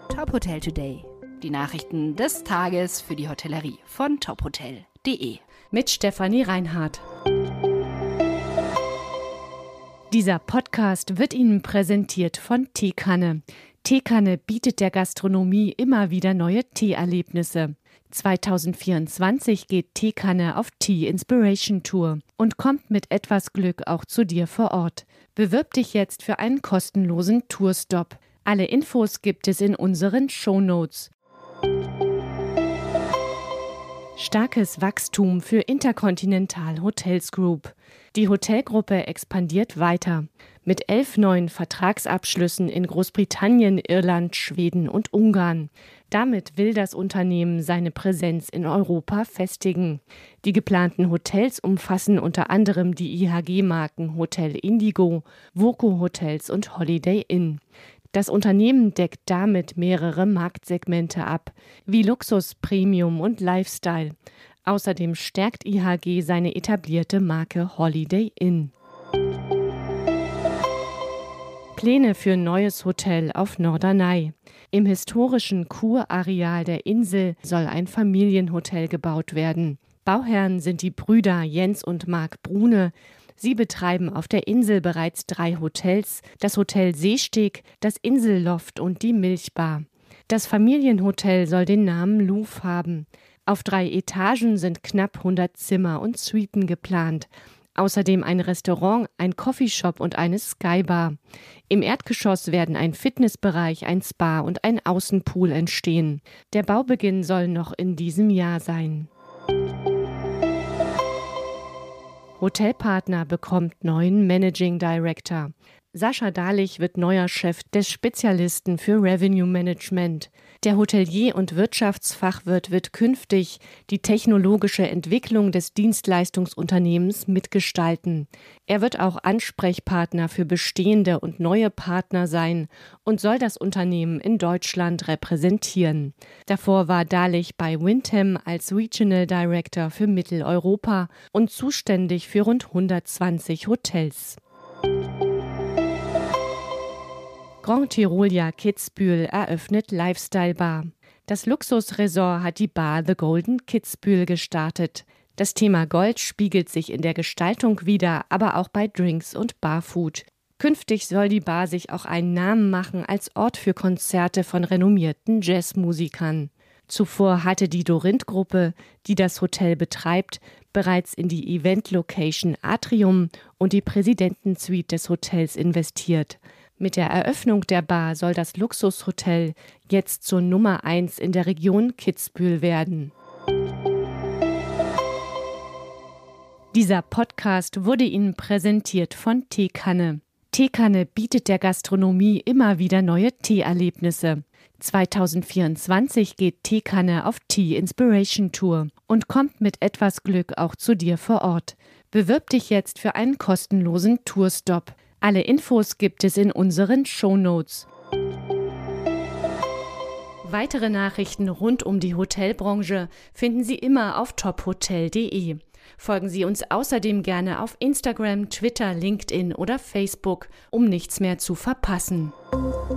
Top Hotel Today. Die Nachrichten des Tages für die Hotellerie von tophotel.de. Mit Stefanie Reinhardt. Dieser Podcast wird Ihnen präsentiert von Teekanne. Teekanne bietet der Gastronomie immer wieder neue Teeerlebnisse. 2024 geht Teekanne auf Tea Inspiration Tour und kommt mit etwas Glück auch zu dir vor Ort. Bewirb dich jetzt für einen kostenlosen Tourstop. Alle Infos gibt es in unseren Shownotes. Starkes Wachstum für Intercontinental Hotels Group. Die Hotelgruppe expandiert weiter. Mit 11 neuen Vertragsabschlüssen in Großbritannien, Irland, Schweden und Ungarn. Damit will das Unternehmen seine Präsenz in Europa festigen. Die geplanten Hotels umfassen unter anderem die IHG-Marken Hotel Indigo, Voco Hotels und Holiday Inn. Das Unternehmen deckt damit mehrere Marktsegmente ab, wie Luxus, Premium und Lifestyle. Außerdem stärkt IHG seine etablierte Marke Holiday Inn. Pläne für neues Hotel auf Norderney. Im historischen Kurareal der Insel soll ein Familienhotel gebaut werden. Bauherren sind die Brüder Jens und Marc Brune. Sie betreiben auf der Insel bereits 3 Hotels, das Hotel Seesteg, das Inselloft und die Milchbar. Das Familienhotel soll den Namen Louvre haben. Auf 3 Etagen sind knapp 100 Zimmer und Suiten geplant. Außerdem ein Restaurant, ein Coffeeshop und eine Skybar. Im Erdgeschoss werden ein Fitnessbereich, ein Spa und ein Außenpool entstehen. Der Baubeginn soll noch in diesem Jahr sein. Hotelpartner bekommt neuen Managing Director. Sascha Dahlich wird neuer Chef des Spezialisten für Revenue Management. Der Hotelier und Wirtschaftsfachwirt wird künftig die technologische Entwicklung des Dienstleistungsunternehmens mitgestalten. Er wird auch Ansprechpartner für bestehende und neue Partner sein und soll das Unternehmen in Deutschland repräsentieren. Davor war Dahlich bei Wyndham als Regional Director für Mitteleuropa und zuständig für rund 120 Hotels. Grand Tyrolia Kitzbühel eröffnet Lifestyle Bar. Das Luxusresort hat die Bar The Golden Kitzbühel gestartet. Das Thema Gold spiegelt sich in der Gestaltung wider, aber auch bei Drinks und Barfood. Künftig soll die Bar sich auch einen Namen machen als Ort für Konzerte von renommierten Jazzmusikern. Zuvor hatte die Dorint-Gruppe, die das Hotel betreibt, bereits in die Event-Location Atrium und die Präsidentensuite des Hotels investiert. Mit der Eröffnung der Bar soll das Luxushotel jetzt zur Nummer 1 in der Region Kitzbühel werden. Dieser Podcast wurde Ihnen präsentiert von Teekanne. Teekanne bietet der Gastronomie immer wieder neue Teeerlebnisse. 2024 geht Teekanne auf Tea Inspiration Tour und kommt mit etwas Glück auch zu dir vor Ort. Bewirb dich jetzt für einen kostenlosen Tourstop. Alle Infos gibt es in unseren Shownotes. Weitere Nachrichten rund um die Hotelbranche finden Sie immer auf tophotel.de. Folgen Sie uns außerdem gerne auf Instagram, Twitter, LinkedIn oder Facebook, um nichts mehr zu verpassen.